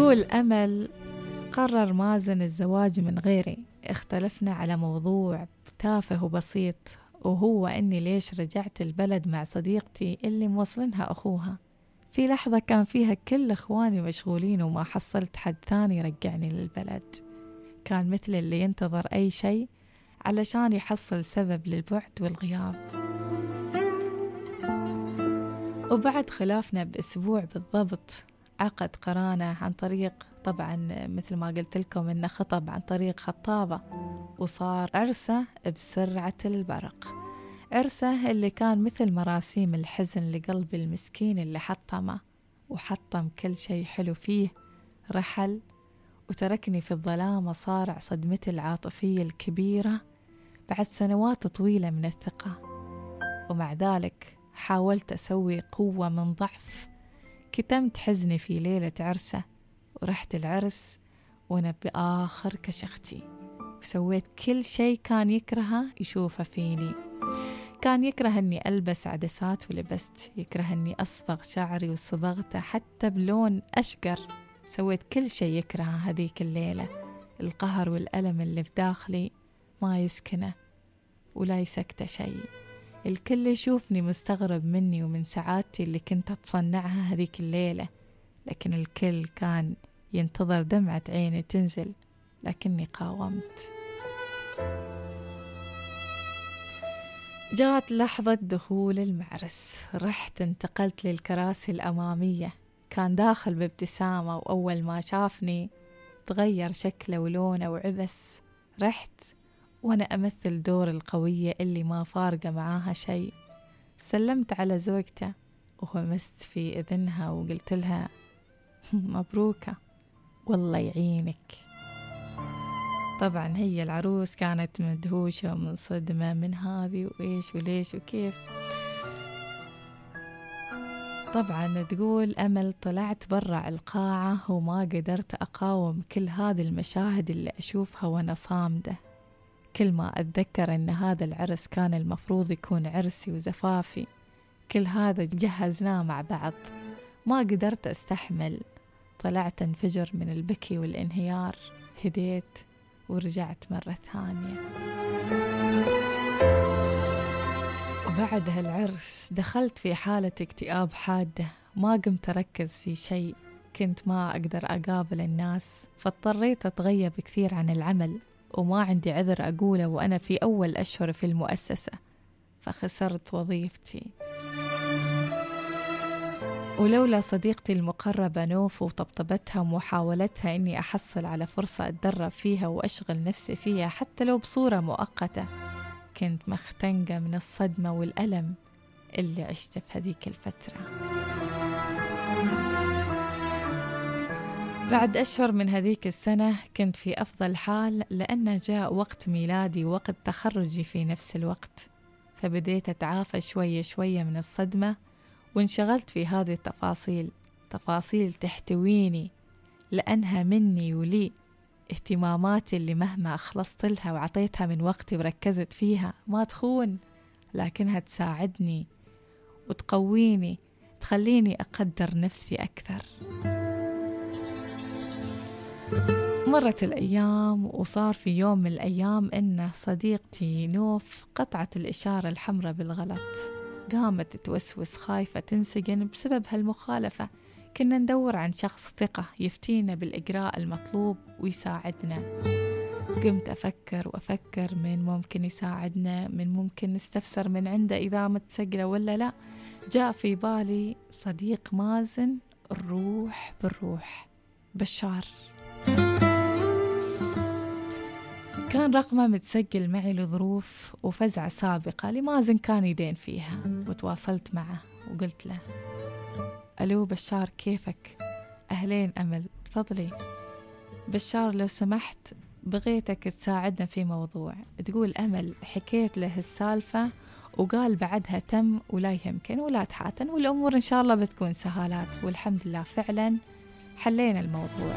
تقول أمل: قرر مازن الزواج من غيري، اختلفنا على موضوع تافه وبسيط، وهو أني ليش رجعت البلد مع صديقتي اللي موصلنها أخوها في لحظة كان فيها كل إخواني مشغولين وما حصلت حد ثاني يرجعني للبلد. كان مثل اللي ينتظر أي شيء علشان يحصل سبب للبعد والغياب. وبعد خلافنا بأسبوع بالضبط عقد قرانة عن طريق، طبعا مثل ما قلت لكم إنه خطب عن طريق خطابة، وصار عرسه بسرعة البرق. عرسه اللي كان مثل مراسيم الحزن لقلب المسكين اللي حطمه وحطم كل شيء حلو فيه. رحل وتركني في الظلام وصارع صدمتي العاطفية الكبيرة بعد سنوات طويلة من الثقة. ومع ذلك حاولت أسوي قوة من ضعف، كتمت حزني في ليلة عرسه، ورحت العرس وأنا بآخر كشختي، وسويت كل شيء كان يكرهه يشوفه فيني. كان يكره أني ألبس عدسات ولبست، يكره أني أصبغ شعري وصبغته حتى بلون أشقر. سويت كل شيء يكرهه هذيك الليلة. القهر والألم اللي بداخلي ما يسكنه ولا يسكت شيء. الكل يشوفني مستغرب مني ومن سعادتي اللي كنت أتصنعها هذيك الليلة، لكن الكل كان ينتظر دمعة عيني تنزل، لكني قاومت. جاءت لحظة دخول المعرس، رحت انتقلت للكراسي الأمامية. كان داخل بابتسامة، وأول ما شافني تغير شكله ولونه وعبس. رحت وأنا أمثل دور القوية اللي ما فارقة معاها شيء. سلمت على زوجته وهمست في إذنها وقلت لها: مبروكة، والله يعينك. طبعا هي العروس كانت مدهوشة ومنصدمة من هذه وإيش وليش وكيف. طبعا تقول أمل: طلعت برا القاعة وما قدرت أقاوم كل هذه المشاهد اللي أشوفها وأنا صامدة. كل ما أتذكر أن هذا العرس كان المفروض يكون عرسي وزفافي، كل هذا جهزناه مع بعض، ما قدرت أستحمل. طلعت انفجر من البكي والانهيار، هديت ورجعت مرة ثانية. وبعد هالعرس دخلت في حالة اكتئاب حادة، ما قمت أركز في شيء، كنت ما أقدر أقابل الناس، فاضطريت أتغيب كثير عن العمل، وما عندي عذر أقوله وأنا في أول أشهر في المؤسسة، فخسرت وظيفتي. ولولا صديقتي المقربة نوف وطبطبتها ومحاولتها أني أحصل على فرصة أتدرب فيها وأشغل نفسي فيها حتى لو بصورة مؤقتة، كنت مختنقة من الصدمة والألم اللي عشت في هذيك الفترة. بعد أشهر من هذيك السنة كنت في أفضل حال، لأن جاء وقت ميلادي ووقت تخرجي في نفس الوقت، فبديت أتعافى شوية شوية من الصدمة، وانشغلت في هذه التفاصيل، تفاصيل تحتويني لأنها مني ولي، اهتماماتي اللي مهما أخلصت لها وعطيتها من وقتي وركزت فيها ما تخون، لكنها تساعدني وتقويني، تخليني أقدر نفسي أكثر. مرت الأيام وصار في يوم من الأيام إن صديقتي نوف قطعت الإشارة الحمراء بالغلط، قامت توسوس خايفة تنسجن بسبب هالمخالفة. كنا ندور عن شخص ثقة يفتينا بالإجراء المطلوب ويساعدنا. قمت أفكر وأفكر من ممكن يساعدنا، من ممكن نستفسر من عنده إذا متسجلة ولا لا. جاء في بالي صديق مازن الروح بالروح، بشار. كان رقمه متسجل معي لظروف وفزعة سابقة لمازن كان يدين فيها، وتواصلت معه وقلت له: ألو بشار، كيفك؟ أهلين أمل، تفضلي. بشار لو سمحت بغيتك تساعدنا في موضوع. تقول أمل: حكيت له السالفة وقال بعدها تم ولا يهمكن ولا تحاتن، والأمور إن شاء الله بتكون سهالات، والحمد لله فعلا حلينا الموضوع.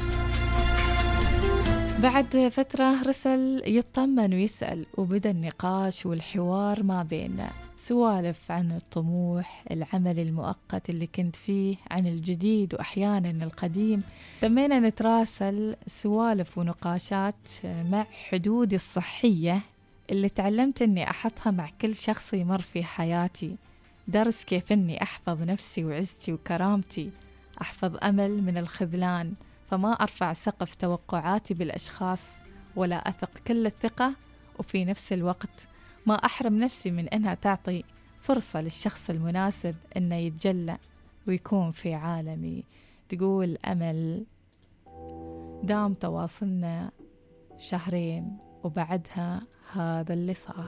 بعد فترة رسل يطمن ويسأل، وبدأ النقاش والحوار ما بيننا. سوالف عن الطموح، العمل المؤقت اللي كنت فيه، عن الجديد وأحيانا القديم. تمينا نتراسل سوالف ونقاشات مع حدودي الصحية اللي تعلمت أني أحطها مع كل شخص يمر في حياتي. درس كيف أني أحفظ نفسي وعزتي وكرامتي، أحفظ أمل من الخذلان، فما أرفع سقف توقعاتي بالأشخاص ولا أثق كل الثقة، وفي نفس الوقت ما أحرم نفسي من أنها تعطي فرصة للشخص المناسب أنه يتجلى ويكون في عالمي. تقول أمل دام تواصلنا 2 شهر وبعدها هذا اللي صار.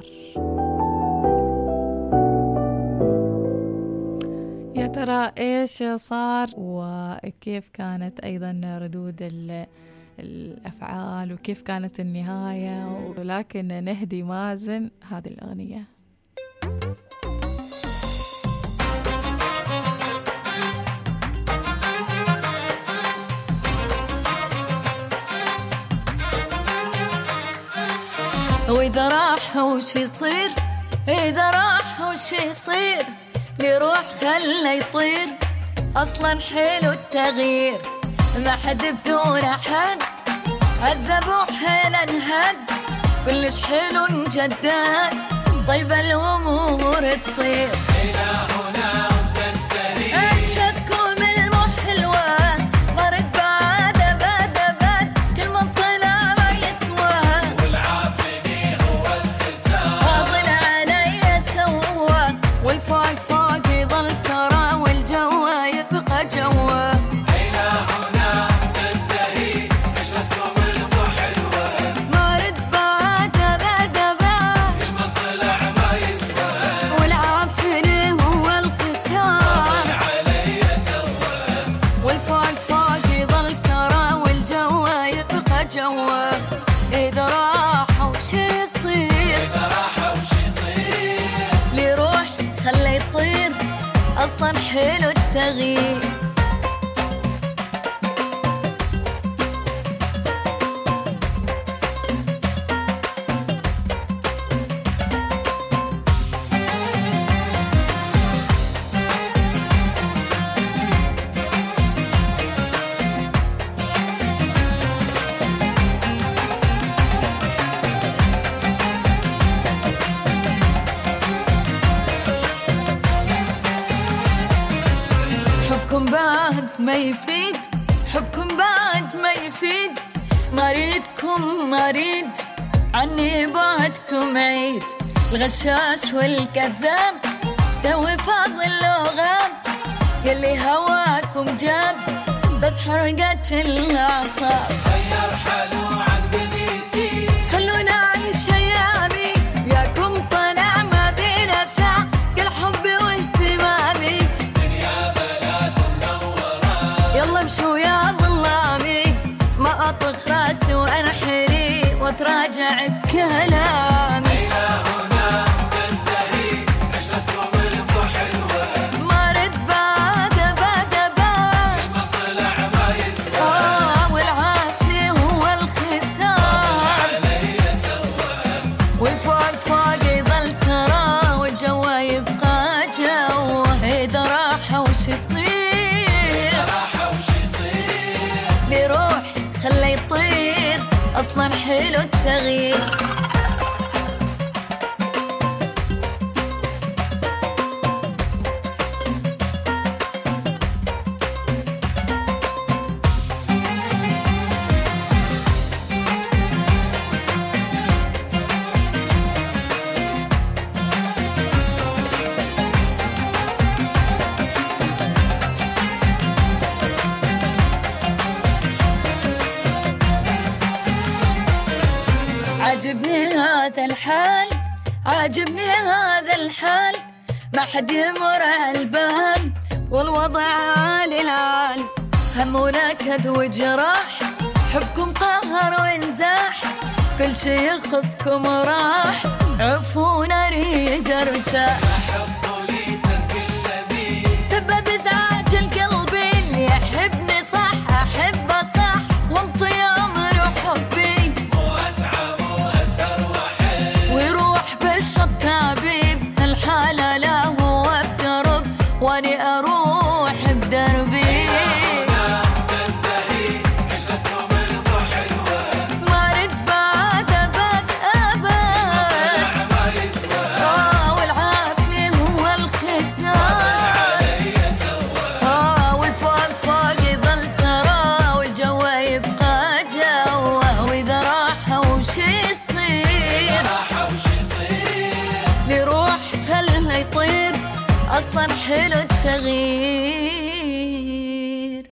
يا ترى إيش صار وكيف كانت أيضا ردود الأفعال وكيف كانت النهاية؟ ولكن نهدي مازن هذه الأغنية. وإذا راح وش يصير، إذا راح وش يصير، ليروح خلى يطير، أصلا حلو التغيير، ما حد بدون حد، عذبوا حيلا انهد، كلش حلو جداد، طيب الأمور تصير إلى هنا وتنتهي، أشكوا من المحلوة، مرد بعد بعد بعد، كل من طلع ما يسوى، والعافني هو الخسار، فاضل علي سوى، والفوق فوق يظل ترى، والجو يبقى جوا. إذا راح وش يصير، إذا راح وش يصير، ليروح خلى يطير، أصلا حلو التغيير. حبكم بعد ما يفيد، حبكم بعد ما يفيد، مريدكم مريد، عني بعدكم عيد، الغشاش والكذاب سوي فاضل لغاب، يلي هواكم جاب بس حرقت الأعصاب، غير حاله عن دنيتي، خلونا أعيش أيامي، وياكم طلع ما بينفع، كل حبي واهتمامي، يلا امشوا يا ظلامي، ما أطخ راسي وأنا حري واتراجع بكلامي. إلى هنا تنتهي عشرتكم المحلوة، ما رد بعد بعد بعد، كل من طلع ما يسوى، والعافية هو الخسار، علي سوى، والفوق فوق يظل ترى، والجو يبقى جوا. إذا راح وش يصير، ليروح خلى يطير، أصلا حلو التغيير. عاجبني هذا الحال، عاجبني هذا الحال، ما حد يمر على البال، والوضع عالي العال، هم ونكد وجراح، حبكم قهر وانزاح، كل شي يخصكم راح، عفونا اريد ارتاح، سبب ازعاج القلب، اللي يحبني صح احبه صح، وانطي امر وحبي، واتعب واسهر واحب، ويروح بالشط تعبيب، الحالة أصلا حلو التغيير.